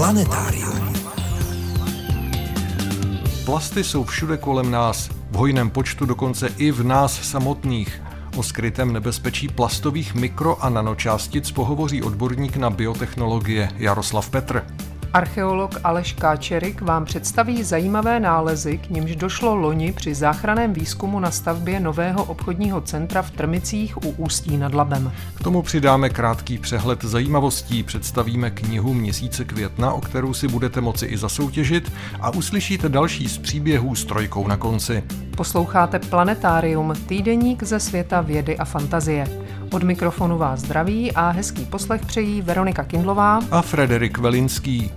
Planetárium. Plasty jsou všude kolem nás, v hojném počtu dokonce i v nás samotných. O skrytém nebezpečí plastových mikro- a nanočástic pohovoří odborník na biotechnologie Jaroslav Petr. Archeolog Aleš Káčerik vám představí zajímavé nálezy, k nimž došlo loni při záchranném výzkumu na stavbě nového obchodního centra v Trmicích u Ústí nad Labem. K tomu přidáme krátký přehled zajímavostí, představíme knihu Měsíce května, o kterou si budete moci i zasoutěžit, a uslyšíte další z příběhů s trojkou na konci. Posloucháte Planetárium, týdeník ze světa vědy a fantazie. Od mikrofonu vás zdraví a hezký poslech přejí Veronika Kindlová a Frederik Velinský.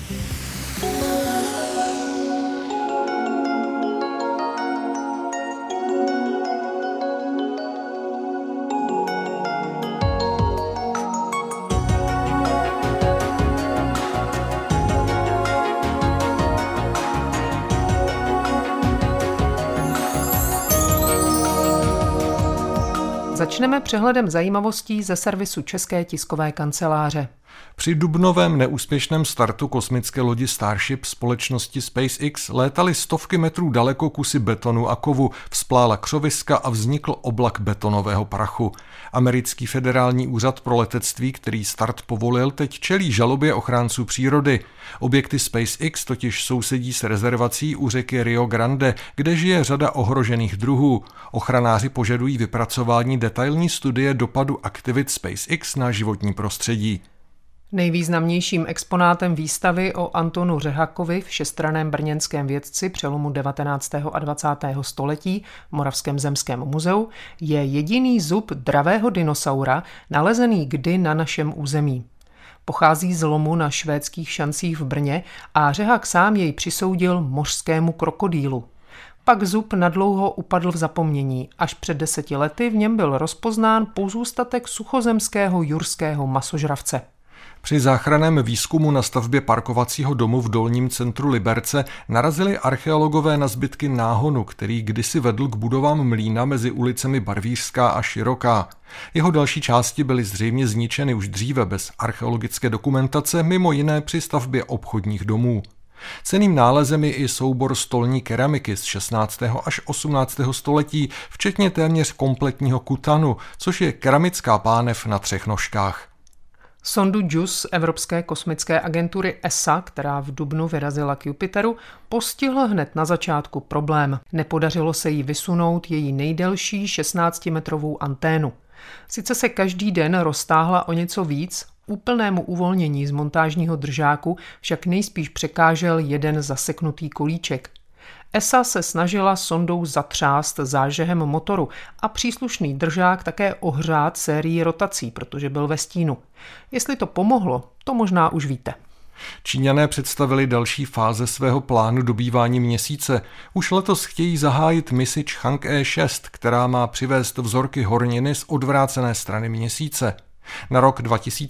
Začneme přehledem zajímavostí ze servisu České tiskové kanceláře. Při dubnovém neúspěšném startu kosmické lodi Starship společnosti SpaceX létaly stovky metrů daleko kusy betonu a kovu, vzplála křoviska a vznikl oblak betonového prachu. Americký federální úřad pro letectví, který start povolil, teď čelí žalobě ochránců přírody. Objekty SpaceX totiž sousedí s rezervací u řeky Rio Grande, kde žije řada ohrožených druhů. Ochranáři požadují vypracování detailní studie dopadu aktivit SpaceX na životní prostředí. Nejvýznamnějším exponátem výstavy o Antonu Řehakovi, všestranném brněnském vědci přelomu 19. a 20. století v Moravském zemském muzeu, je jediný zub dravého dinosaura nalezený kdy na našem území. Pochází z lomu na švédských šancích v Brně a Řehak sám jej přisoudil mořskému krokodýlu. Pak zub nadlouho upadl v zapomnění. Až před 10 lety v něm byl rozpoznán pozůstatek suchozemského jurského masožravce. Při záchranném výzkumu na stavbě parkovacího domu v Dolním centru Liberce narazili archeologové na zbytky náhonu, který kdysi vedl k budovám mlýna mezi ulicemi Barvířská a Široká. Jeho další části byly zřejmě zničeny už dříve bez archeologické dokumentace, mimo jiné při stavbě obchodních domů. Cenným nálezem je i soubor stolní keramiky z 16. až 18. století, včetně téměř kompletního kutanu, což je keramická pánev na 3 nožkách. Sondu JUICE Evropské kosmické agentury ESA, která v dubnu vyrazila k Jupiteru, postihl hned na začátku problém. Nepodařilo se jí vysunout její nejdelší 16-metrovou anténu. Sice se každý den roztáhla o něco víc, úplnému uvolnění z montážního držáku však nejspíš překážel jeden zaseknutý kolíček. ESA se snažila sondou zatřást zážehem motoru a příslušný držák také ohřát sérií rotací, protože byl ve stínu. Jestli to pomohlo, to možná už víte. Číňané představili další fáze svého plánu dobývání Měsíce. Už letos chtějí zahájit misi Chang'e 6, která má přivést vzorky horniny z odvrácené strany Měsíce. Na rok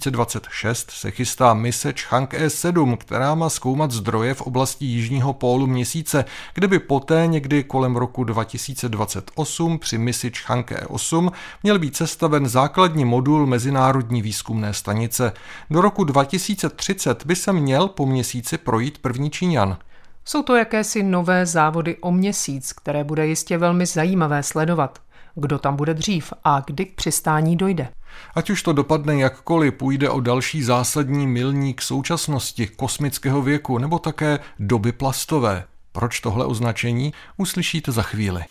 2026 se chystá mise Chang'e 7, která má zkoumat zdroje v oblasti jižního pólu Měsíce, kde by poté někdy kolem roku 2028 při misi Chang'e 8 měl být sestaven základní modul Mezinárodní výzkumné stanice. Do roku 2030 by se měl po Měsíci projít první Číňan. Jsou to jakési nové závody o Měsíc, které bude jistě velmi zajímavé sledovat. Kdo tam bude dřív a kdy k přistání dojde. Ať už to dopadne jakkoliv, půjde o další zásadní milník současnosti, kosmického věku nebo také doby plastové. Proč tohle označení, uslyšíte za chvíli.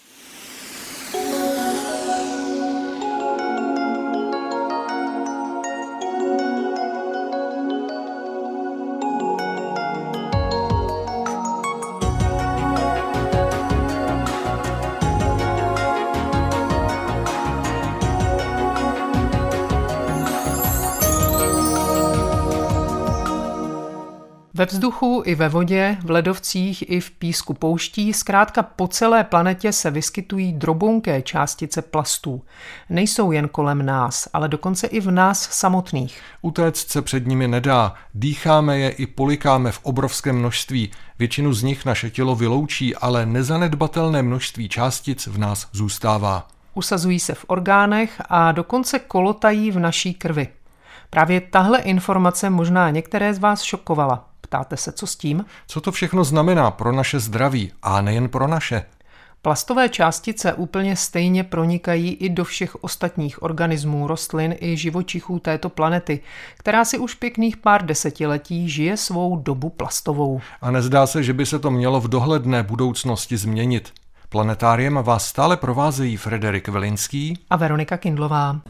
Ve vzduchu i ve vodě, v ledovcích i v písku pouští, zkrátka po celé planetě se vyskytují drobounké částice plastů. Nejsou jen kolem nás, ale dokonce i v nás samotných. Utéct se před nimi nedá. Dýcháme je i polikáme v obrovském množství. Většinu z nich naše tělo vyloučí, ale nezanedbatelné množství částic v nás zůstává. Usazují se v orgánech a dokonce kolotají v naší krvi. Právě tahle informace možná některé z vás šokovala. Ptáte se, co s tím? Co to všechno znamená pro naše zdraví a nejen pro naše? Plastové částice úplně stejně pronikají i do všech ostatních organismů, rostlin i živočichů této planety, která si už pěkných pár desetiletí žije svou dobu plastovou. A nezdá se, že by se to mělo v dohledné budoucnosti změnit. Planetáriem vás stále provázejí Frederik Velinský a Veronika Kindlová.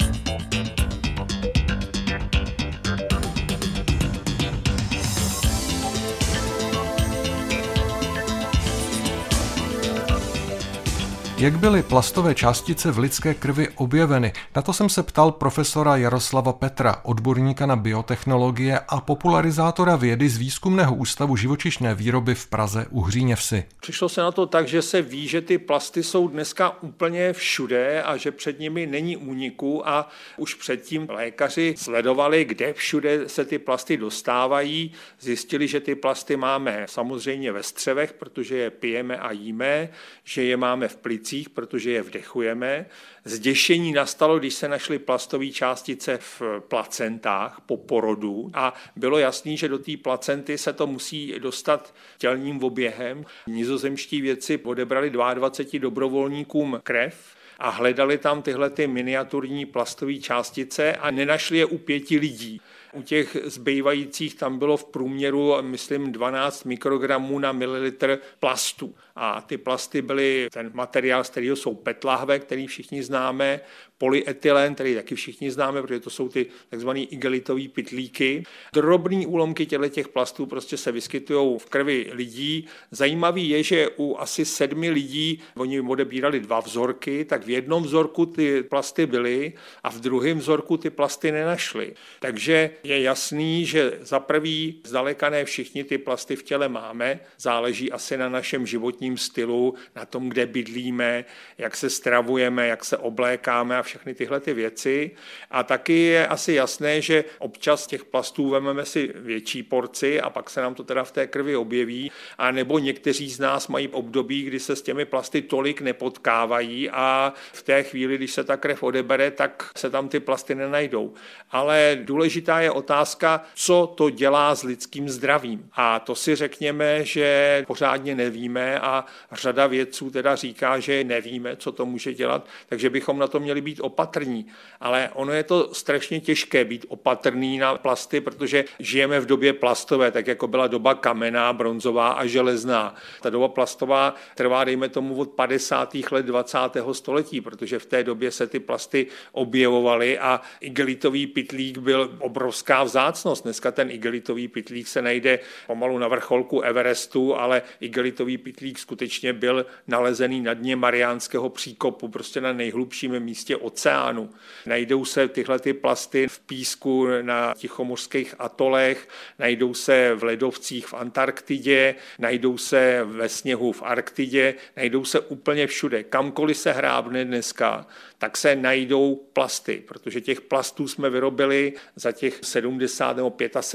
Jak byly plastové částice v lidské krvi objeveny? Na to jsem se ptal profesora Jaroslava Petra, odborníka na biotechnologie a popularizátora vědy z Výzkumného ústavu živočišné výroby v Praze u Hříněvsi. Přišlo se na to tak, že se ví, že ty plasty jsou dneska úplně všude a že před nimi není úniku a už předtím lékaři sledovali, kde všude se ty plasty dostávají. Zjistili, že ty plasty máme samozřejmě ve střevech, protože je pijeme a jíme, že je máme v plicích, protože je vdechujeme. Zděšení nastalo, když se našly plastové částice v placentách po porodu a bylo jasný, že do té placenty se to musí dostat tělním oběhem. Nizozemští vědci odebrali 22 dobrovolníkům krev a hledali tam tyhle ty miniaturní plastové částice a nenašli je u 5 lidí. U těch zbývajících tam bylo v průměru, myslím, 12 mikrogramů na mililitr plastu. A ty plasty byly ten materiál, z kterého jsou PET lahve, který všichni známe, polyetylen, který taky všichni známe, protože to jsou ty takzvané igelitové pytlíky. Drobné úlomky těch plastů prostě se vyskytují v krvi lidí. Zajímavý je, že u asi 7 lidí oni odebírali 2 vzorky, tak v jednom vzorku ty plasty byly a v druhém vzorku ty plasty nenašli. Takže je jasný, že za prvý zdaleka ne všichni ty plasty v těle máme, záleží asi na našem životním stylu, na tom, kde bydlíme, jak se stravujeme, jak se oblékáme a všechny tyhle ty věci. A taky je asi jasné, že občas těch plastů vezmeme si větší porci a pak se nám to teda v té krvi objeví, a nebo někteří z nás mají období, kdy se s těmi plasty tolik nepotkávají a v té chvíli, když se ta krev odebere, tak se tam ty plasty nenajdou. Ale důležitá je otázka, co to dělá s lidským zdravím. A to si řekněme, že pořádně nevíme a řada vědců teda říká, že nevíme, co to může dělat, takže bychom na to měli být opatrní. Ale ono je to strašně těžké být opatrný na plasty, protože žijeme v době plastové, tak jako byla doba kamenná, bronzová a železná. Ta doba plastová trvá, dejme tomu, od 50. let 20. století, protože v té době se ty plasty objevovaly a igelitový pytlík byl obrovská vzácnost. Dneska ten igelitový pytlík se najde pomalu na vrcholku Everestu, ale igelitový pytlík skutečně byl nalezený na dně Mariánského příkopu, prostě na nejhlubším místě oceánu. Najdou se tyhle ty plasty v písku na tichomořských atolech, najdou se v ledovcích v Antarktidě, najdou se ve sněhu v Arktidě, najdou se úplně všude. Kamkoliv se hrábne dneska, tak se najdou plasty, protože těch plastů jsme vyrobili za těch 70 nebo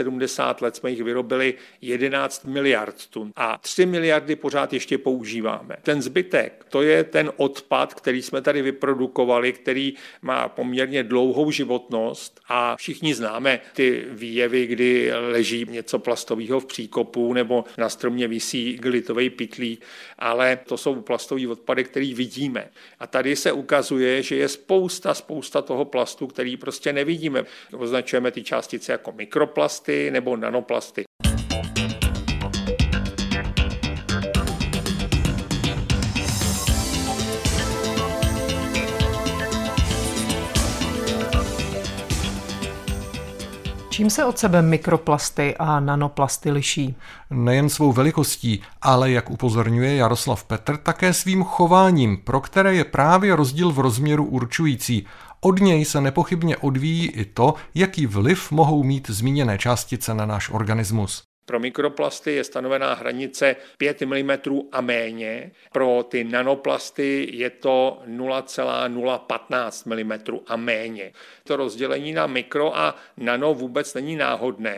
75 let jsme jich vyrobili 11 miliard tun a 3 miliardy pořád ještě používáme. Ten zbytek, to je ten odpad, který jsme tady vyprodukovali, který má poměrně dlouhou životnost a všichni známe ty výjevy, kdy leží něco plastového v příkopu nebo na stromě visí igelitový pytlík, ale to jsou plastové odpady, který vidíme. A tady se ukazuje, že je spousta toho plastu, který prostě nevidíme. Označujeme ty částice jako mikroplasty nebo nanoplasty. Čím se od sebe mikroplasty a nanoplasty liší? Nejen svou velikostí, ale jak upozorňuje Jaroslav Petr, také svým chováním, pro které je právě rozdíl v rozměru určující. Od něj se nepochybně odvíjí i to, jaký vliv mohou mít zmíněné částice na náš organismus. Pro mikroplasty je stanovená hranice 5 mm a méně. Pro ty nanoplasty je to 0,015 mm a méně. To rozdělení na mikro a nano vůbec není náhodné.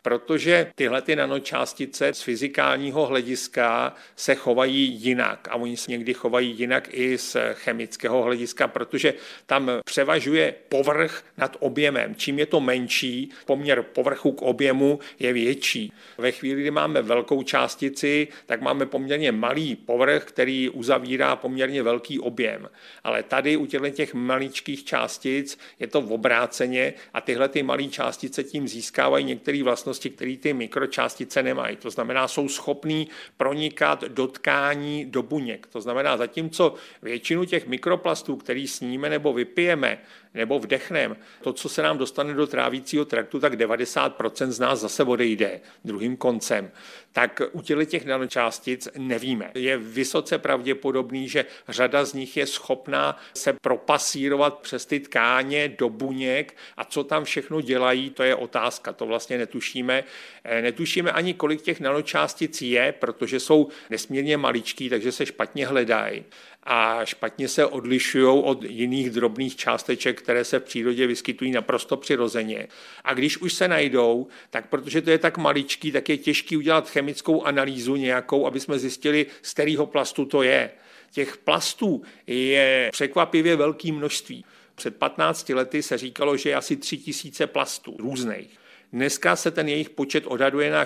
protože tyhle ty nanočástice z fyzikálního hlediska se chovají jinak a oni se někdy chovají jinak i z chemického hlediska, protože tam převažuje povrch nad objemem. Čím je to menší, poměr povrchu k objemu je větší. Ve chvíli, kdy máme velkou částici, tak máme poměrně malý povrch, který uzavírá poměrně velký objem. Ale tady u těch maličkých částic je to obráceně a tyhle ty malé částice tím získávají některé vlastnosti, které ty mikročástice nemají. To znamená, jsou schopný pronikat do tkání, do buněk. To znamená, zatímco většinu těch mikroplastů, který sníme nebo vypijeme, nebo vdechneme, to, co se nám dostane do trávicího traktu, tak 90% z nás zase odejde druhým koncem. Tak u těch nanočástic nevíme. Je vysoce pravděpodobný, že řada z nich je schopná se propasírovat přes ty tkáně do buněk a co tam všechno dělají, to je otázka, to vlastně netušíme. Netušíme ani, kolik těch nanočástic je, protože jsou nesmírně maličký, takže se špatně hledají a špatně se odlišují od jiných drobných částeček, které se v přírodě vyskytují naprosto přirozeně. A když už se najdou, tak protože to je tak maličký, tak je těžký udělat chemickou analýzu nějakou, aby jsme zjistili, z kterého plastu to je. Těch plastů je překvapivě velké množství. Před 15 lety se říkalo, že je asi 3000 plastů různých. Dneska se ten jejich počet odhaduje na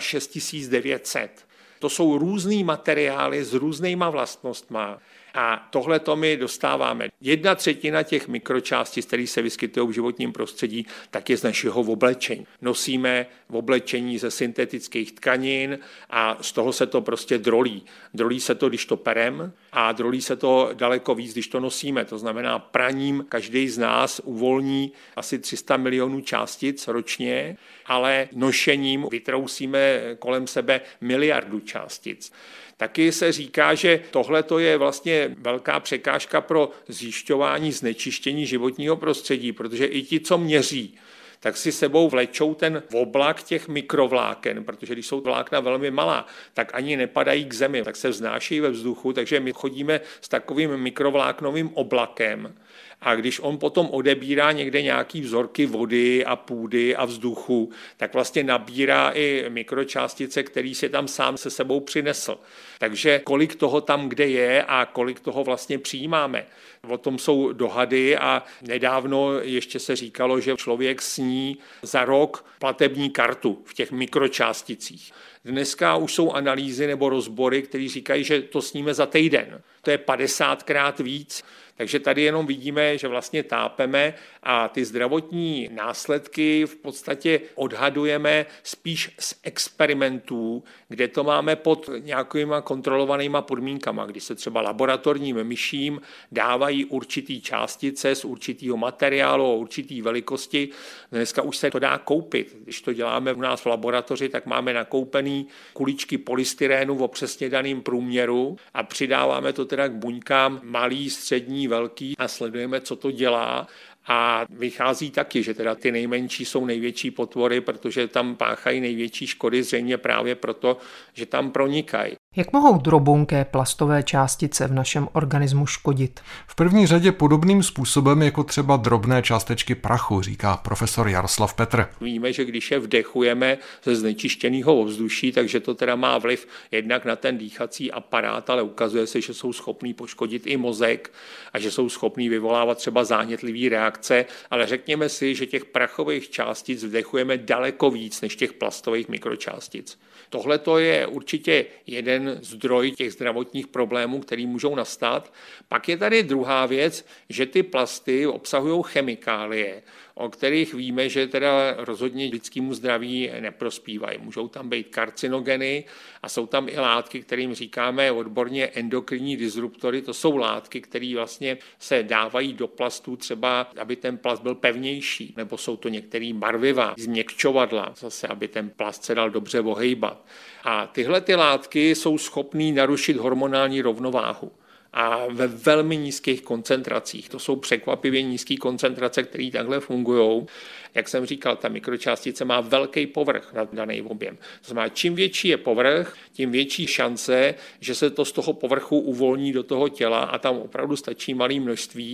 6900. To jsou různý materiály s různýma vlastnostma. A tohle to my dostáváme. 1/3 těch mikročástic, které se vyskytují v životním prostředí, tak je z našeho oblečení. Nosíme v oblečení ze syntetických tkanin a z toho se to prostě drolí. Drolí se to, když to perem a drolí se to daleko víc, když to nosíme. To znamená, praním každý z nás uvolní asi 300 milionů částic ročně, ale nošením vytrousíme kolem sebe miliardu částic. Taky se říká, že tohle je vlastně velká překážka pro zjišťování znečištění životního prostředí, protože i ti, co měří, tak si sebou vlečou ten oblak těch mikrovláken, protože když jsou vlákna velmi malá, tak ani nepadají k zemi, tak se vznášejí ve vzduchu, takže my chodíme s takovým mikrovláknovým oblakem. A když on potom odebírá někde nějaký vzorky vody a půdy a vzduchu, tak vlastně nabírá i mikročástice, který si tam sám se sebou přinesl. Takže kolik toho tam kde je a kolik toho vlastně přijímáme. O tom jsou dohady a nedávno ještě se říkalo, že člověk sní za rok platební kartu v těch mikročásticích. Dneska už jsou analýzy nebo rozbory, které říkají, že to sníme za týden. To je 50krát víc. Takže tady jenom vidíme, že vlastně tápeme a ty zdravotní následky v podstatě odhadujeme spíš z experimentů, kde to máme pod nějakýma kontrolovanýma podmínkama, kdy se třeba laboratorním myším dávají určitý částice z určitého materiálu o určitý velikosti. Dneska už se to dá koupit. Když to děláme u nás v laboratoři, tak máme nakoupený kuličky polystyrénu v přesně daném průměru a přidáváme to teda k buňkám malý, střední, velký a sledujeme, co to dělá. A vychází taky, že teda ty nejmenší jsou největší potvory, protože tam páchají největší škody zřejmě právě proto, že tam pronikají. Jak mohou drobunké plastové částice v našem organismu škodit? V první řadě podobným způsobem jako třeba drobné částečky prachu, říká profesor Jaroslav Petr. Víme, že když je vdechujeme ze znečištěného ovzduší, takže to teda má vliv jednak na ten dýchací aparát, ale ukazuje se, že jsou schopní poškodit i mozek a že jsou schopní vyvolávat třeba zánětlivé reakce, ale řekněme si, že těch prachových částic vdechujeme daleko víc než těch plastových mikročástic. Tohle to je určitě jeden zdroj těch zdravotních problémů, který můžou nastat. Pak je tady druhá věc, že ty plasty obsahují chemikálie, o kterých víme, že teda rozhodně lidskému zdraví neprospívají. Můžou tam být karcinogeny a jsou tam i látky, kterým říkáme odborně endokrinní disruptory. To jsou látky, které vlastně se dávají do plastů třeba, aby ten plast byl pevnější, nebo jsou to některé barviva, změkčovadla, zase, aby ten plast se dal dobře ohejbat. A tyhle ty látky jsou schopné narušit hormonální rovnováhu. A ve velmi nízkých koncentracích. To jsou překvapivě nízké koncentrace, které takhle fungují. Jak jsem říkal, ta mikročástice má velký povrch na daný objem. To znamená, čím větší je povrch, tím větší šance, že se to z toho povrchu uvolní do toho těla a tam opravdu stačí malé množství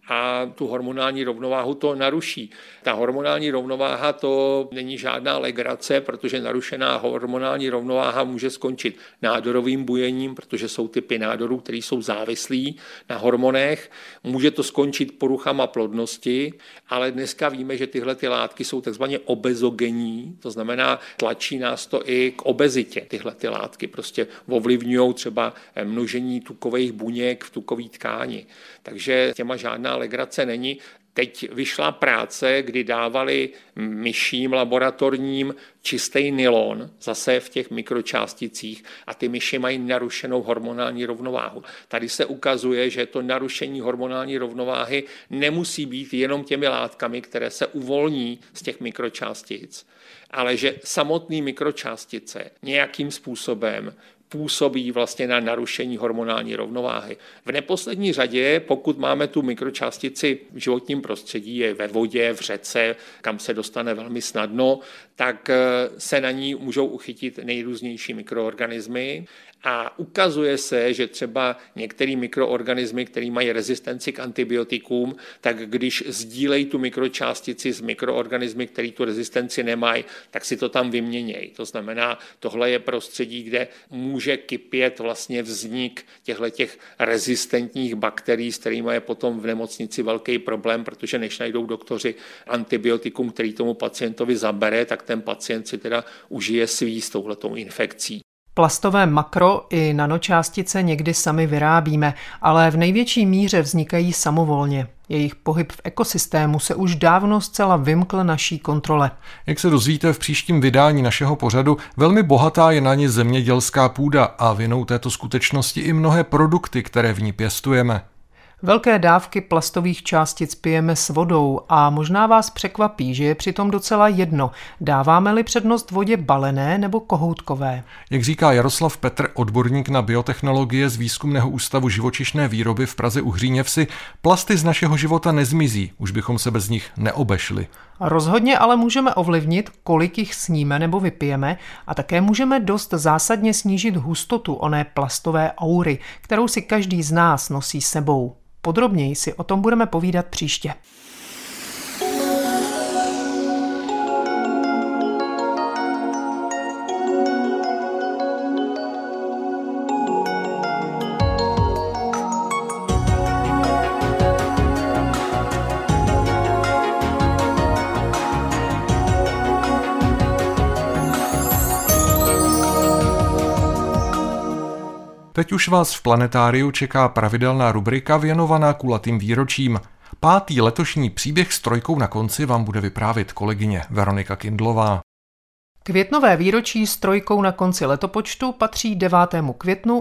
a tu hormonální rovnováhu to naruší. Ta hormonální rovnováha to není žádná legrace, protože narušená hormonální rovnováha může skončit nádorovým bujením, protože jsou typy nádorů, které jsou závislí na hormonech. Může to skončit poruchama plodnosti, ale dneska víme, že tyhle ty látky jsou takzvaně obezogenní, to znamená, tlačí nás to i k obezitě. Tyhle ty látky prostě ovlivňují třeba množení tukových buněk v tukové tkáni. Takže těma žádná legrace není. Teď vyšla práce, kdy dávali myším laboratorním čistý nylon, zase v těch mikročásticích, a ty myši mají narušenou hormonální rovnováhu. Tady se ukazuje, že to narušení hormonální rovnováhy nemusí být jenom těmi látkami, které se uvolní z těch mikročástic, ale že samotné mikročástice nějakým způsobem působí vlastně na narušení hormonální rovnováhy. V neposlední řadě, pokud máme tu mikročástici v životním prostředí, je ve vodě, v řece, kam se dostane velmi snadno, tak se na ní můžou uchytit nejrůznější mikroorganismy. A ukazuje se, že třeba některé mikroorganismy, které mají rezistenci k antibiotikům, tak když sdílejí tu mikročástici s mikroorganismy, které tu rezistenci nemají, tak si to tam vyměnějí. To znamená, tohle je prostředí, kde může kypět vlastně vznik těch rezistentních bakterií, s kterými je potom v nemocnici velký problém, protože než najdou doktoři antibiotikum, který tomu pacientovi zabere, tak ten pacient si teda užije svý s touhletou infekcí. Plastové makro i nanočástice někdy sami vyrábíme, ale v největší míře vznikají samovolně. Jejich pohyb v ekosystému se už dávno zcela vymkl naší kontrole. Jak se dozvíte v příštím vydání našeho pořadu, velmi bohatá je na ně zemědělská půda a vinou této skutečnosti i mnohé produkty, které v ní pěstujeme. Velké dávky plastových částic pijeme s vodou a možná vás překvapí, že je přitom docela jedno, dáváme-li přednost vodě balené nebo kohoutkové. Jak říká Jaroslav Petr, odborník na biotechnologie z Výzkumného ústavu živočišné výroby v Praze u Hříněvsi, plasty z našeho života nezmizí, už bychom se bez nich neobešli. Rozhodně ale můžeme ovlivnit, kolik jich sníme nebo vypijeme, a také můžeme dost zásadně snížit hustotu oné plastové aury, kterou si každý z nás nosí sebou. Podrobněji si o tom budeme povídat příště. Teď už vás v Planetáriu čeká pravidelná rubrika věnovaná kulatým výročím. 5. letošní příběh s trojkou na konci vám bude vyprávět kolegyně Veronika Kindlová. Květnové výročí s trojkou na konci letopočtu patří 9. květnu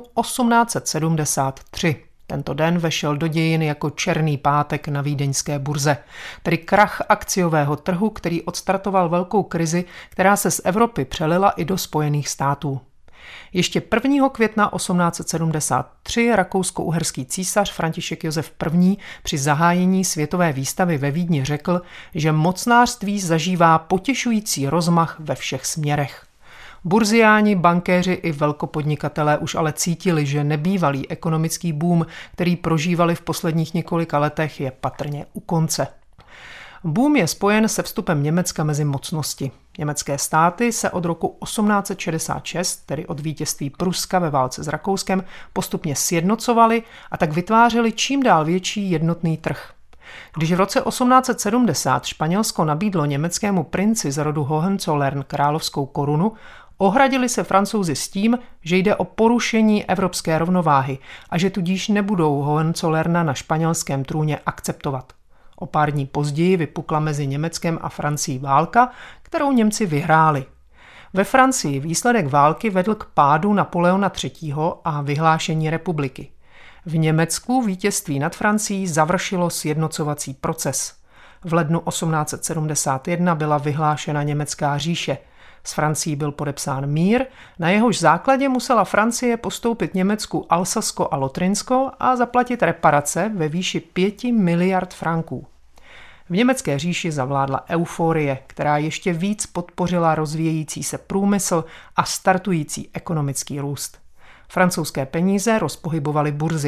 1873. Tento den vešel do dějin jako černý pátek na vídeňské burze, tedy krach akciového trhu, který odstartoval velkou krizi, která se z Evropy přelila i do Spojených států. Ještě 1. května 1873 rakousko-uherský císař František Josef I. při zahájení světové výstavy ve Vídni řekl, že mocnářství zažívá potěšující rozmach ve všech směrech. Burziáni, bankéři i velkopodnikatelé už ale cítili, že nebývalý ekonomický boom, který prožívali v posledních několika letech, je patrně u konce. Boom je spojen se vstupem Německa mezi mocnosti. Německé státy se od roku 1866, tedy od vítězství Pruska ve válce s Rakouskem, postupně sjednocovaly a tak vytvářely čím dál větší jednotný trh. Když v roce 1870 Španělsko nabídlo německému princi z rodu Hohenzollern královskou korunu, ohradili se Francouzi s tím, že jde o porušení evropské rovnováhy a že tudíž nebudou Hohenzollerna na španělském trůně akceptovat. O pár dní později vypukla mezi Německem a Francií válka, kterou Němci vyhráli. Ve Francii výsledek války vedl k pádu Napoleona III. A vyhlášení republiky. V Německu vítězství nad Francií završilo sjednocovací proces. V lednu 1871 byla vyhlášena Německá říše. S Francií byl podepsán mír, na jehož základě musela Francie postoupit Německu Alsasko a Lotrinsko a zaplatit reparace ve výši 5 miliard franků. V německé říši zavládla euforie, která ještě víc podpořila rozvíjející se průmysl a startující ekonomický růst. Francouzské peníze rozpohybovaly burzy.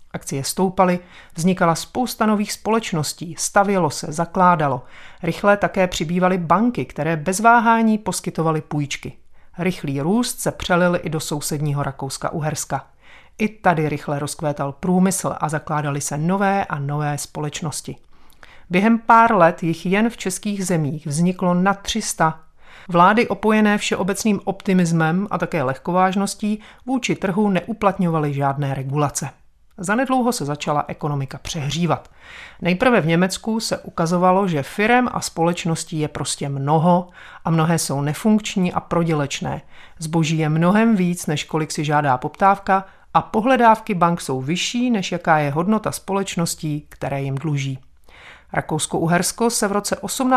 Akcie stoupaly, vznikala spousta nových společností, stavělo se, zakládalo. Rychle také přibývaly banky, které bez váhání poskytovaly půjčky. Rychlý růst se přelil i do sousedního Rakouska-Uherska. I tady rychle rozkvétal průmysl a zakládaly se nové a nové společnosti. Během pár let jich jen v českých zemích vzniklo na 300. Vlády opojené všeobecným optimismem a také lehkovážností vůči trhu neuplatňovaly žádné regulace. Zanedlouho se začala ekonomika přehřívat. Nejprve v Německu se ukazovalo, že firem a společností je prostě mnoho a mnohé jsou nefunkční a prodělečné. Zboží je mnohem víc, než kolik si žádá poptávka a pohledávky bank jsou vyšší, než jaká je hodnota společností, které jim dluží. Rakousko-Uhersko se v roce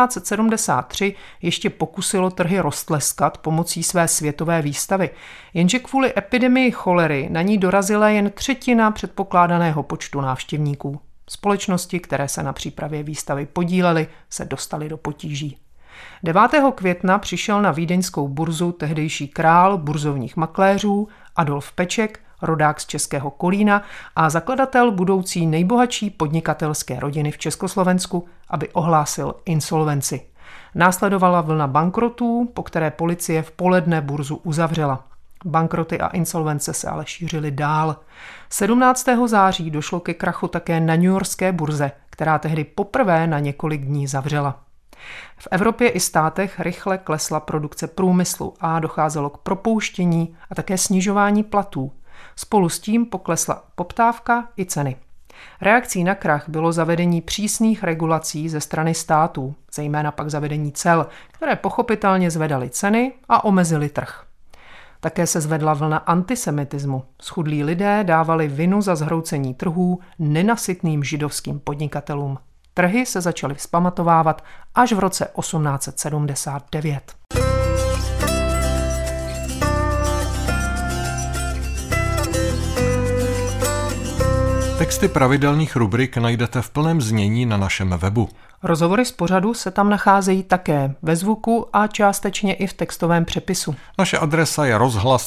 1873 ještě pokusilo trhy roztleskat pomocí své světové výstavy, jenže kvůli epidemii cholery na ní dorazila jen 1/3 předpokládaného počtu návštěvníků. Společnosti, které se na přípravě výstavy podílely, se dostaly do potíží. 9. května přišel na vídeňskou burzu tehdejší král burzovních makléřů Adolf Peček, rodák z českého Kolína a zakladatel budoucí nejbohatší podnikatelské rodiny v Československu, aby ohlásil insolvenci. Následovala vlna bankrotů, po které policie v poledne burzu uzavřela. Bankroty a insolvence se ale šířily dál. 17. září došlo ke krachu také na newyorské burze, která tehdy poprvé na několik dní zavřela. V Evropě i státech rychle klesla produkce průmyslu a docházelo k propouštění a také snižování platů. Spolu s tím poklesla poptávka i ceny. Reakcí na krach bylo zavedení přísných regulací ze strany států, zejména pak zavedení cel, které pochopitelně zvedaly ceny a omezily trh. Také se zvedla vlna antisemitismu. Schudlí lidé dávali vinu za zhroucení trhů nenasytným židovským podnikatelům. Trhy se začaly vzpamatovávat až v roce 1879. Texty pravidelných rubrik najdete v plném znění na našem webu. Rozhovory z pořadu se tam nacházejí také ve zvuku a částečně i v textovém přepisu. Naše adresa je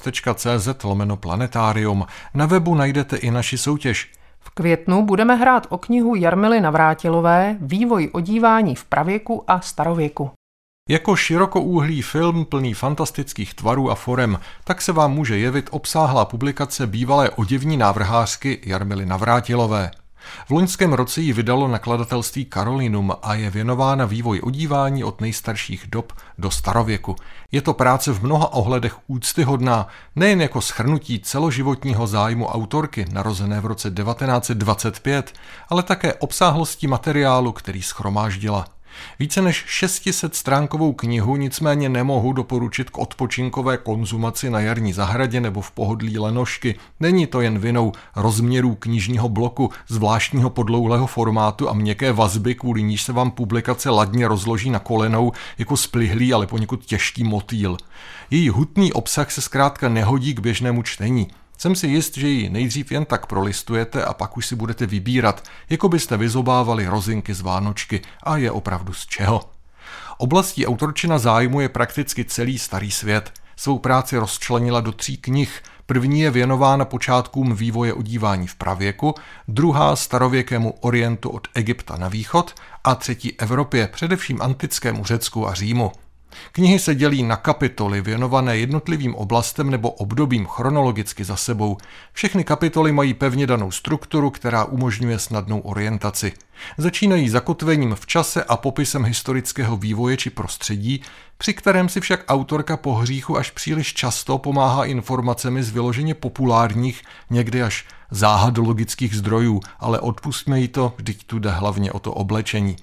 rozhlas.cz/planetarium. Na webu najdete i naši soutěž. V květnu budeme hrát o knihu Jarmily Navrátilové Vývoj odívání v pravěku a starověku. Jako širokoúhlý film plný fantastických tvarů a forem, tak se vám může jevit obsáhlá publikace bývalé oděvní návrhářky Jarmily Navrátilové. V loňském roce ji vydalo nakladatelství Carolinum a je věnována vývoj odívání od nejstarších dob do starověku. Je to práce v mnoha ohledech úctyhodná, nejen jako shrnutí celoživotního zájmu autorky narozené v roce 1925, ale také obsáhlostí materiálu, který shromáždila. Více než 600stránkovou knihu nicméně nemohu doporučit k odpočinkové konzumaci na jarní zahradě nebo v pohodlí lenošky. Není to jen vinou rozměrů knižního bloku, zvláštního podlouhlého formátu a měkké vazby, kvůli níž se vám publikace ladně rozloží na kolenou jako splihlý, ale poněkud těžký motýl. Její hutný obsah se zkrátka nehodí k běžnému čtení. Jsem si jist, že ji nejdřív jen tak prolistujete a pak už si budete vybírat, jako byste vyzobávali rozinky z Vánočky, a je opravdu z čeho. Oblastí autorčina zájmu je prakticky celý starý svět. Svou práci rozčlenila do 3 knih. První je věnována počátkům vývoje odívání v pravěku, druhá starověkému Orientu od Egypta na východ a třetí Evropě, především antickému Řecku a Římu. Knihy se dělí na kapitoly věnované jednotlivým oblastem nebo obdobím chronologicky za sebou. Všechny kapitoly mají pevně danou strukturu, která umožňuje snadnou orientaci. Začínají zakotvením v čase a popisem historického vývoje či prostředí, při kterém si však autorka po hříchu až příliš často pomáhá informacemi z vyloženě populárních, někdy až záhadologických zdrojů, ale odpustme jí to, vždyť tu jde hlavně o to oblečení.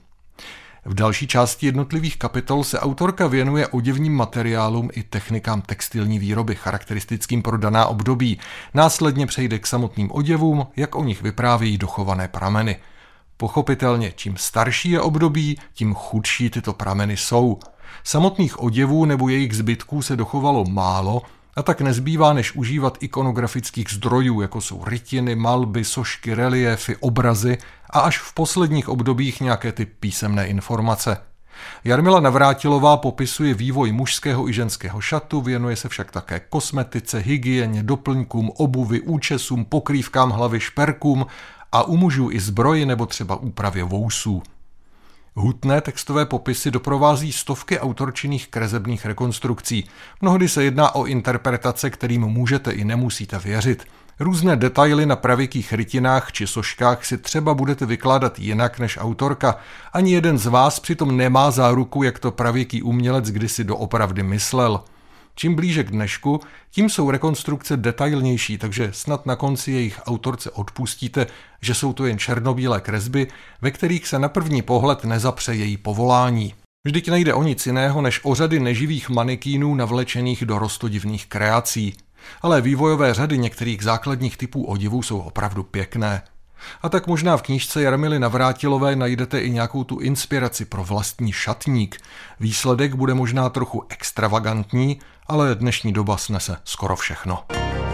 V další části jednotlivých kapitol se autorka věnuje oděvním materiálům i technikám textilní výroby charakteristickým pro daná období. Následně přejde k samotným oděvům, jak o nich vyprávějí dochované prameny. Pochopitelně, čím starší je období, tím chudší tyto prameny jsou. Samotných oděvů nebo jejich zbytků se dochovalo málo, a tak nezbývá, než užívat ikonografických zdrojů, jako jsou rytiny, malby, sošky, reliéfy, obrazy a až v posledních obdobích nějaké ty písemné informace. Jarmila Navrátilová popisuje vývoj mužského i ženského šatu, věnuje se však také kosmetice, hygieně, doplňkům, obuvi, účesům, pokrývkám hlavy, šperkům a u mužů i zbroji nebo třeba úpravě vousů. Hutné textové popisy doprovází stovky autorčinných kresebných rekonstrukcí. Mnohdy se jedná o interpretace, kterým můžete i nemusíte věřit. Různé detaily na pravěkých rytinách či soškách si třeba budete vykládat jinak než autorka. Ani jeden z vás přitom nemá záruku, jak to pravěký umělec kdysi doopravdy myslel. Čím blíže k dnešku, tím jsou rekonstrukce detailnější, takže snad na konci jejich autorce odpustíte, že jsou to jen černobílé kresby, ve kterých se na první pohled nezapře její povolání. Vždyť nejde o nic jiného, než o řady neživých manekínů navlečených do roztodivných kreací. Ale vývojové řady některých základních typů oděvů jsou opravdu pěkné. A tak možná v knížce Jarmily Navrátilové najdete i nějakou tu inspiraci pro vlastní šatník. Výsledek bude možná trochu extravagantní, ale dnešní doba snese skoro všechno.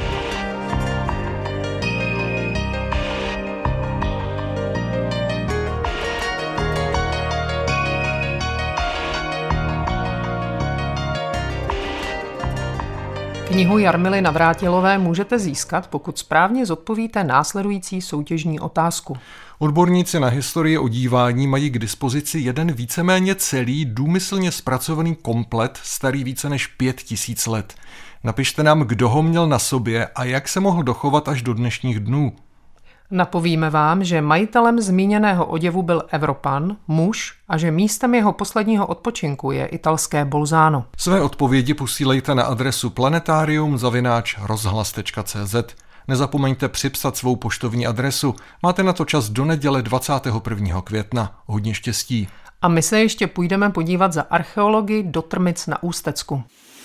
Knihu Jarmily Navrátilové můžete získat, pokud správně zodpovíte následující soutěžní otázku. Odborníci na historii odívání mají k dispozici jeden víceméně celý, důmyslně zpracovaný komplet, starý více než 5000 let. Napište nám, kdo ho měl na sobě a jak se mohl dochovat až do dnešních dnů. Napovíme vám, že majitelem zmíněného oděvu byl Evropan, muž a že místem jeho posledního odpočinku je italské Bolzano. Své odpovědi posílejte na adresu planetarium@rozhlas.cz. Nezapomeňte připsat svou poštovní adresu. Máte na to čas do neděle 21. května. Hodně štěstí. A my se ještě půjdeme podívat za archeology do Trmic na Ústecku.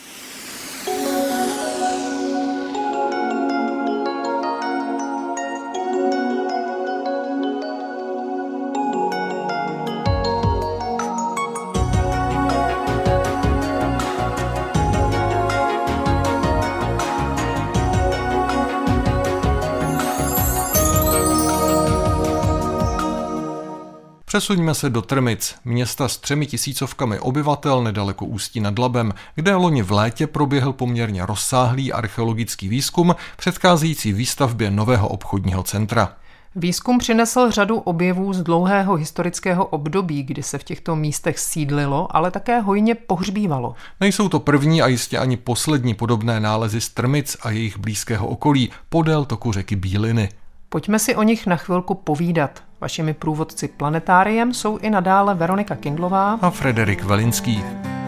Přesuňme se do Trmic, města s 3000 obyvatel nedaleko Ústí nad Labem, kde loni v létě proběhl poměrně rozsáhlý archeologický výzkum předcházející výstavbě nového obchodního centra. Výzkum přinesl řadu objevů z dlouhého historického období, kdy se v těchto místech sídlilo, ale také hojně pohřbívalo. Nejsou to první a jistě ani poslední podobné nálezy z Trmic a jejich blízkého okolí podél toku řeky Bíliny. Pojďme si o nich na chvilku povídat. Vašimi průvodci planetáriem jsou i nadále Veronika Kindlová a Frederik Velinský.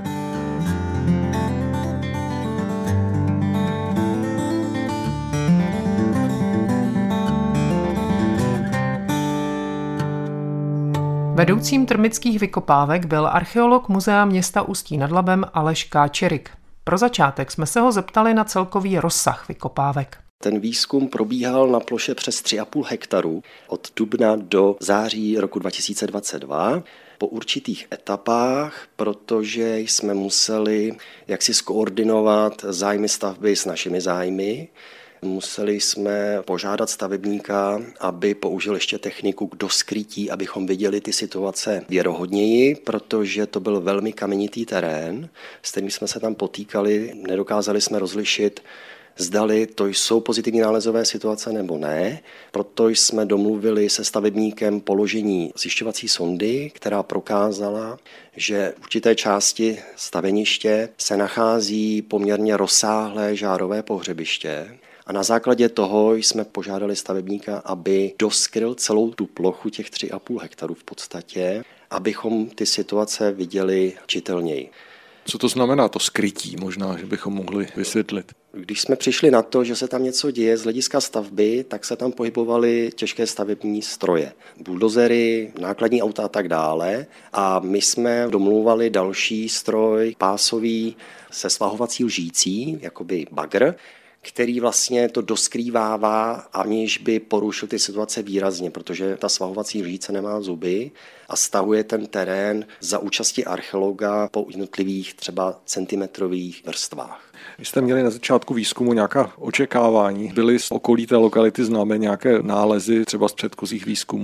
Vedoucím trmických vykopávek byl archeolog Muzea města Ústí nad Labem Aleš Káčerik. Pro začátek jsme se ho zeptali na celkový rozsah vykopávek. Ten výzkum probíhal na ploše přes 3,5 hektaru od dubna do září roku 2022 po určitých etapách, protože jsme museli jaksi skoordinovat zájmy stavby s našimi zájmy. Museli jsme požádat stavebníka, aby použil ještě techniku k doskrytí, abychom viděli ty situace věrohodněji, protože to byl velmi kamenitý terén, s kterým jsme se tam potýkali, nedokázali jsme rozlišit, zdali to jsou pozitivní nálezové situace nebo ne. Proto jsme domluvili se stavebníkem položení zjišťovací sondy, která prokázala, že v určité části staveniště se nachází poměrně rozsáhlé žárové pohřebiště. A na základě toho jsme požádali stavebníka, aby doskryl celou tu plochu těch 3,5 hektarů v podstatě, abychom ty situace viděli čitelněji. Co to znamená to skrytí? Možná, že bychom mohli vysvětlit. Když jsme přišli na to, že se tam něco děje z hlediska stavby, tak se tam pohybovaly těžké stavební stroje. Buldozery, nákladní auta a tak dále. A my jsme domluvali další stroj pásový se svahovací lžící, jakoby bagr, který vlastně to doskrývává, aniž by porušil ty situace výrazně, protože ta svahovací lžíce nemá zuby a stahuje ten terén za účasti archeologa po jednotlivých třeba centimetrových vrstvách. Vy jste měli na začátku výzkumu nějaká očekávání? Byly z okolí té lokality známé nějaké nálezy třeba z předchozích výzkumů?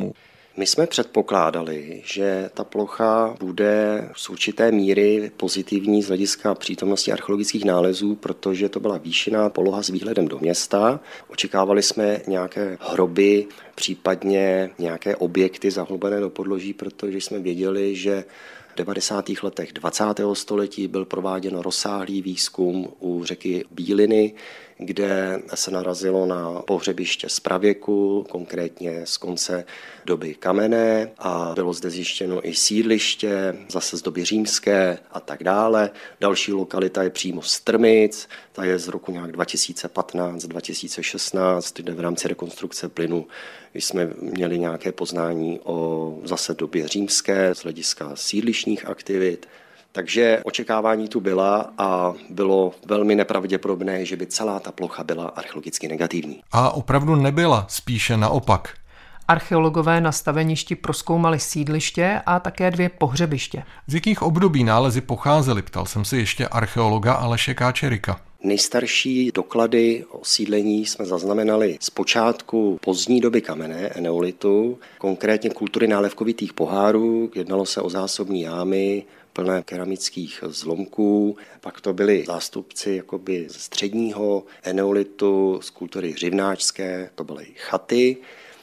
My jsme předpokládali, že ta plocha bude z určité míry pozitivní z hlediska přítomnosti archeologických nálezů, protože to byla výšinná poloha s výhledem do města. Očekávali jsme nějaké hroby, případně nějaké objekty zahlubené do podloží, protože jsme věděli, že v 90. letech 20. století byl prováděn rozsáhlý výzkum u řeky Bíliny, kde se narazilo na pohřebiště z pravěku, konkrétně z konce doby kamenné, a bylo zde zjištěno i sídliště, zase z doby římské a tak dále. Další lokalita je přímo Strmic, ta je z roku nějak 2015-2016, kde v rámci rekonstrukce plynu jsme měli nějaké poznání o zase době římské z hlediska sídlištních aktivit. Takže očekávání tu byla a bylo velmi nepravděpodobné, že by celá ta plocha byla archeologicky negativní. A opravdu nebyla, spíše naopak. Archeologové na staveništi prozkoumali sídliště a také 2 pohřebiště. Z jakých období nálezy pocházely, ptal jsem se ještě archeologa Aleše Káčerika. Nejstarší doklady o sídlení jsme zaznamenali z počátku pozdní doby kamenné, eneolitu, konkrétně kultury nálevkovitých pohárů. Jednalo se o zásobní jámy plné keramických zlomků. Pak to byli zástupci jakoby středního eneolitu z kultury hřivnáčské, to byly chaty.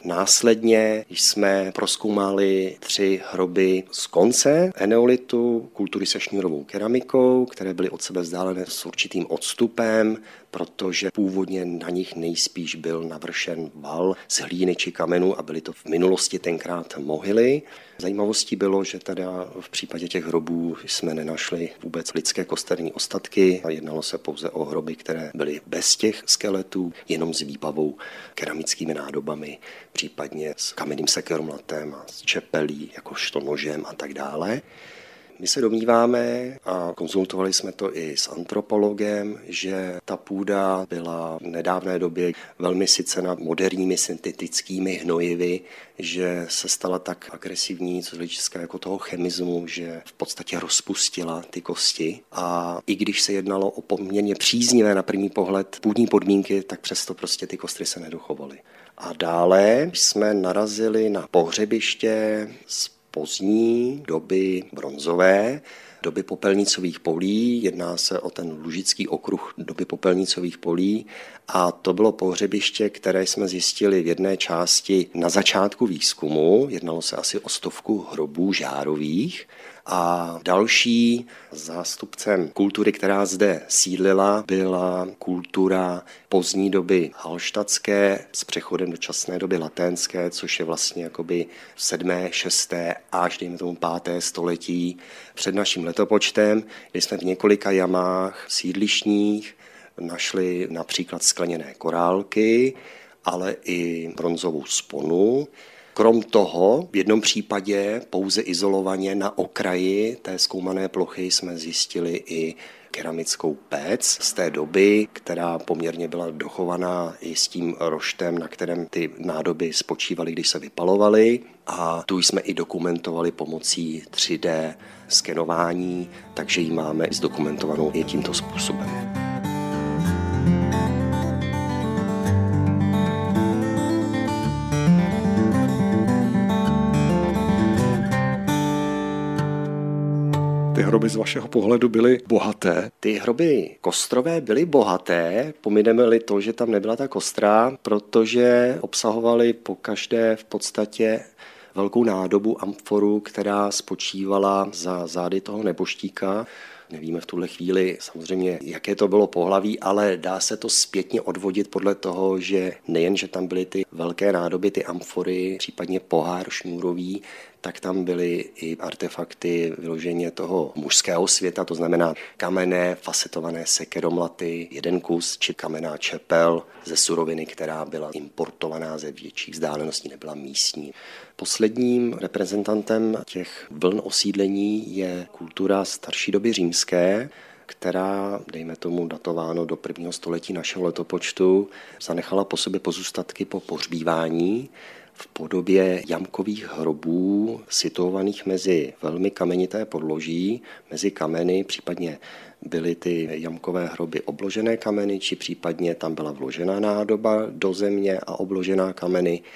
Následně jsme prozkoumali 3 hroby z konce eneolitu kultury se šňůrovou keramikou, které byly od sebe vzdálené s určitým odstupem, protože původně na nich nejspíš byl navršen val z hlíny či kamenů a byly to v minulosti tenkrát mohyly. Zajímavostí bylo, že teda v případě těch hrobů jsme nenašli vůbec lidské kosterní ostatky a jednalo se pouze o hroby, které byly bez těch skeletů, jenom s výbavou, keramickými nádobami, případně s kamenným sekeromlatem a s čepelí, jakožto nožem a tak dále. My se domníváme, a konzultovali jsme to i s antropologem, že ta půda byla v nedávné době velmi sycena moderními syntetickými hnojivy, že se stala tak agresivní z hlediska jako toho chemismu, že v podstatě rozpustila ty kosti. A i když se jednalo o poměrně příznivé na první pohled půdní podmínky, tak přesto prostě ty kostry se nedochovaly. A dále jsme narazili na pohřebiště z pozdní doby bronzové, doby popelnicových polí, jedná se o ten lužický okruh doby popelnicových polí a to bylo pohřebiště, které jsme zjistili v jedné části na začátku výzkumu, jednalo se asi o 100 hrobů žárových a další zástupcem kultury, která zde sídlila, byla kultura pozdní doby halštatské s přechodem do časné doby laténské, což je vlastně jakoby 7., 6. až dejme tomu 5. století před naším letopočtem, kdy jsme v několika jamách sídlištních našli například skleněné korálky, ale i bronzovou sponu. Krom toho, v jednom případě pouze izolovaně na okraji té zkoumané plochy jsme zjistili i keramickou pec z té doby, která poměrně byla dochovaná i s tím roštem, na kterém ty nádoby spočívaly, když se vypalovaly. A tu jsme i dokumentovali pomocí 3D skenování, takže ji máme zdokumentovanou i tímto způsobem. Ty hroby z vašeho pohledu byly bohaté? Ty hroby kostrové byly bohaté, pomineme-li to, že tam nebyla ta kostra, protože obsahovaly pokaždé v podstatě velkou nádobu amforu, která spočívala za zády toho neboštíka. Nevíme v tuhle chvíli samozřejmě, jaké to bylo pohlaví, ale dá se to zpětně odvodit podle toho, že nejen, že tam byly ty velké nádoby, ty amfory, případně pohár šňůrový, tak tam byly i artefakty vyloženě toho mužského světa, to znamená kamenné fasetované sekeromlaty, 1 kus, či kamenná čepel ze suroviny, která byla importovaná ze větších vzdáleností, nebyla místní. Posledním reprezentantem těch vln osídlení je kultura starší doby římské, která, dejme tomu datováno do 1. století našeho letopočtu, zanechala po sobě pozůstatky po pohřbívání v podobě jamkových hrobů situovaných mezi velmi kamenité podloží, mezi kameny, případně byly ty jamkové hroby obložené kameny, či případně tam byla vložená nádoba do země a obložená kameny.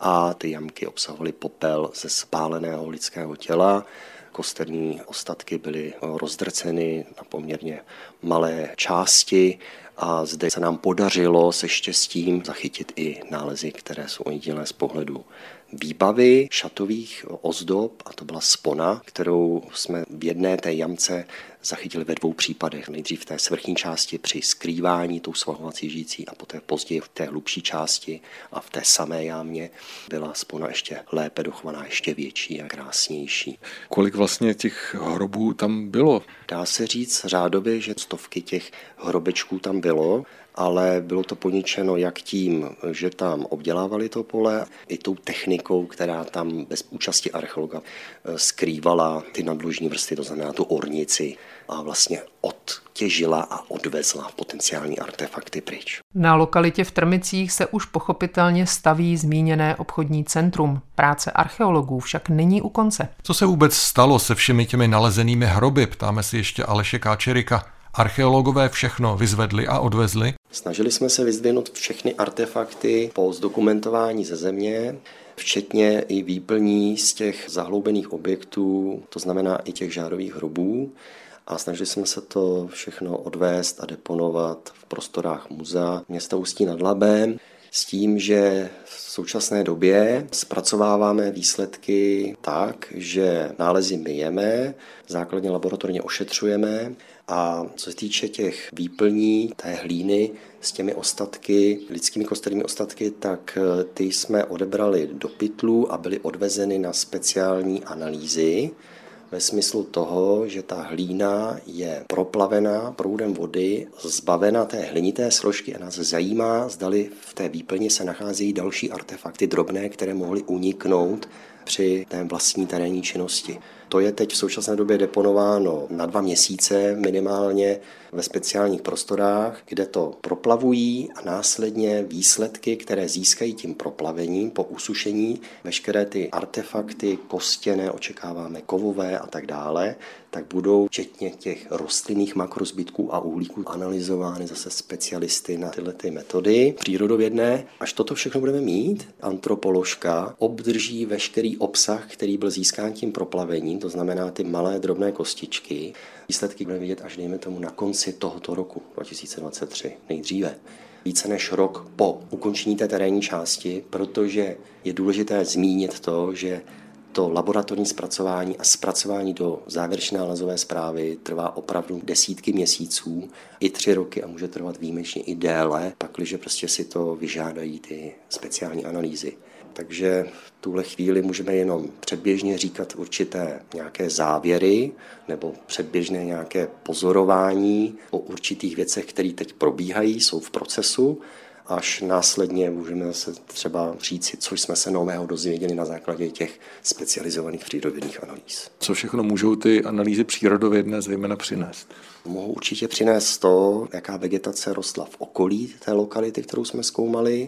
a ty jamky obsahovaly popel ze spáleného lidského těla. Kosterní ostatky byly rozdrceny na poměrně malé části a zde se nám podařilo se štěstím zachytit i nálezy, které jsou ojedinělé z pohledu výbavy šatových ozdob, a to byla spona, kterou jsme v jedné té jamce zachytili ve 2 případech. Nejdřív v té svrchní části při skrývání tou svahovací žijící a poté později v té hlubší části a v té samé jámě byla spona ještě lépe dochovaná, ještě větší a krásnější. Kolik vlastně těch hrobů tam bylo? Dá se říct řádově, že stovky těch hrobečků tam bylo, ale bylo to poničeno jak tím, že tam obdělávali to pole, i tou technikou, která tam bez účasti archeologa skrývala ty nadlužní vrstvy, to znamená tu ornici, a vlastně odtěžila a odvezla potenciální artefakty pryč. Na lokalitě v Trmicích se už pochopitelně staví zmíněné obchodní centrum. Práce archeologů však není u konce. Co se vůbec stalo se všemi těmi nalezenými hroby, ptáme si ještě Aleše Káčerika. Archeologové všechno vyzvedli a odvezli? Snažili jsme se vyzdvihnout všechny artefakty po zdokumentování ze země, včetně i výplní z těch zahloubených objektů, to znamená i těch žárových hrobů. A snažili jsme se to všechno odvést a deponovat v prostorách muzea města Ústí nad Labem s tím, že v současné době zpracováváme výsledky tak, že nálezy myjeme, základně laboratorně ošetřujeme, a co se týče těch výplní té hlíny s těmi ostatky, lidskými kosterními ostatky, tak ty jsme odebrali do pytlů a byly odvezeny na speciální analýzy ve smyslu toho, že ta hlína je proplavená proudem vody, zbavena té hlinité složky, a nás zajímá, zdali v té výplni se nacházejí další artefakty drobné, které mohly uniknout při té vlastní terénní činnosti. To je teď v současné době deponováno na 2 měsíce minimálně ve speciálních prostorách, kde to proplavují a následně výsledky, které získají tím proplavením po usušení, veškeré ty artefakty kostěné, očekáváme kovové a tak dále, tak budou včetně těch rostlinných makrozbytků a uhlíků analyzovány zase specialisty na tyhle ty metody přírodovědné. Až toto všechno budeme mít, antropoložka obdrží veškerý obsah, který byl získán tím proplavením, to znamená ty malé drobné kostičky. Výsledky budeme vidět až dejme tomu na konci tohoto roku 2023, nejdříve. Více než rok po ukončení té terénní části, protože je důležité zmínit to, že to laboratorní zpracování a zpracování do závěrečné nálezové zprávy trvá opravdu desítky měsíců, i 3 roky, a může trvat výjimečně i déle, pakliže prostě si to vyžádají ty speciální analýzy. Takže v tuhle chvíli můžeme jenom předběžně říkat určité nějaké závěry nebo předběžné nějaké pozorování o určitých věcech, které teď probíhají, jsou v procesu, až následně můžeme se třeba říci, co jsme se nového dozvěděli na základě těch specializovaných přírodovědných analýz. Co všechno můžou ty analýzy přírodovědné zejména přinést? Mohou určitě přinést to, jaká vegetace rostla v okolí té lokality, kterou jsme zkoumali,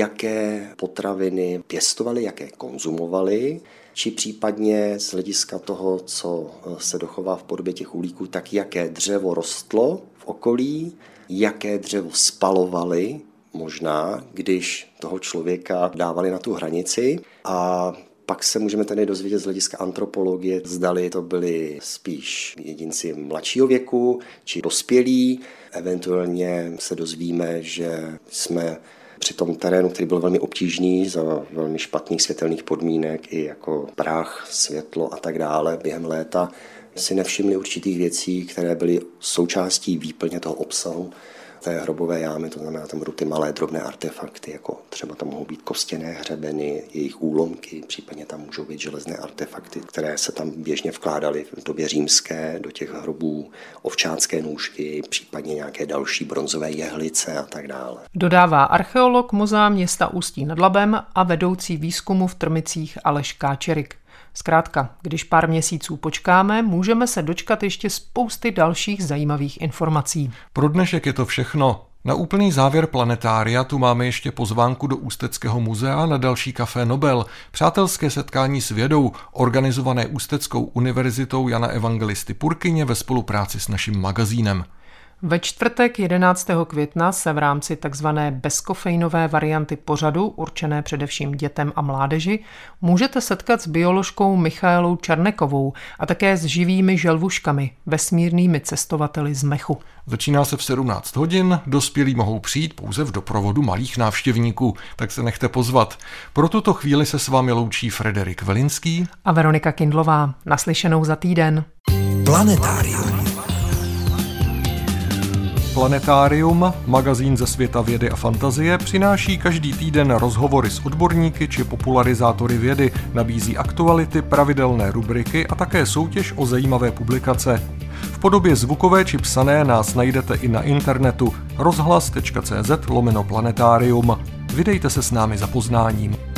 jaké potraviny pěstovali, jaké konzumovali, či případně z hlediska toho, co se dochová v podobě těch uhlíků, tak jaké dřevo rostlo v okolí, jaké dřevo spalovali, možná, když toho člověka dávali na tu hranici, a pak se můžeme tedy dozvědět z hlediska antropologie, zdali to byli spíš jedinci mladšího věku, či dospělí. Eventuálně se dozvíme, že jsme při tom terénu, který byl velmi obtížný za velmi špatných světelných podmínek, i jako prach, světlo a tak dále během léta, si nevšimli určitých věcí, které byly součástí výplně toho obsahu té hrobové jámy, to znamená, tam budou ty malé drobné artefakty, jako třeba tam mohou být kostěné hřebeny, jejich úlomky, případně tam můžou být železné artefakty, které se tam běžně vkládaly v době římské do těch hrobů, ovčánské nůžky, případně nějaké další bronzové jehlice a tak dále. Dodává archeolog Muzea města Ústí nad Labem a vedoucí výzkumu v Trmicích Aleš Káčerik. Zkrátka, když pár měsíců počkáme, můžeme se dočkat ještě spousty dalších zajímavých informací. Pro dnešek je to všechno. Na úplný závěr planetária tu máme ještě pozvánku do Ústeckého muzea na další Café Nobel, přátelské setkání s vědou, organizované Ústeckou univerzitou Jana Evangelisty Purkyně ve spolupráci s naším magazínem. Ve čtvrtek 11. května se v rámci takzvané bezkofeinové varianty pořadu, určené především dětem a mládeži, můžete setkat s bioložkou Michaelou Černekovou a také s živými želvuškami, vesmírnými cestovateli z mechu. Začíná se v 17 hodin, dospělí mohou přijít pouze v doprovodu malých návštěvníků, tak se nechte pozvat. Pro tuto chvíli se s vámi loučí Frederik Velinský a Veronika Kindlová. Naslyšenou za týden. Planetárium. Planetárium, magazín ze světa vědy a fantazie, přináší každý týden rozhovory s odborníky či popularizátory vědy, nabízí aktuality, pravidelné rubriky a také soutěž o zajímavé publikace. V podobě zvukové či psané nás najdete i na internetu rozhlas.cz/planetárium. Vydejte se s námi za poznáním.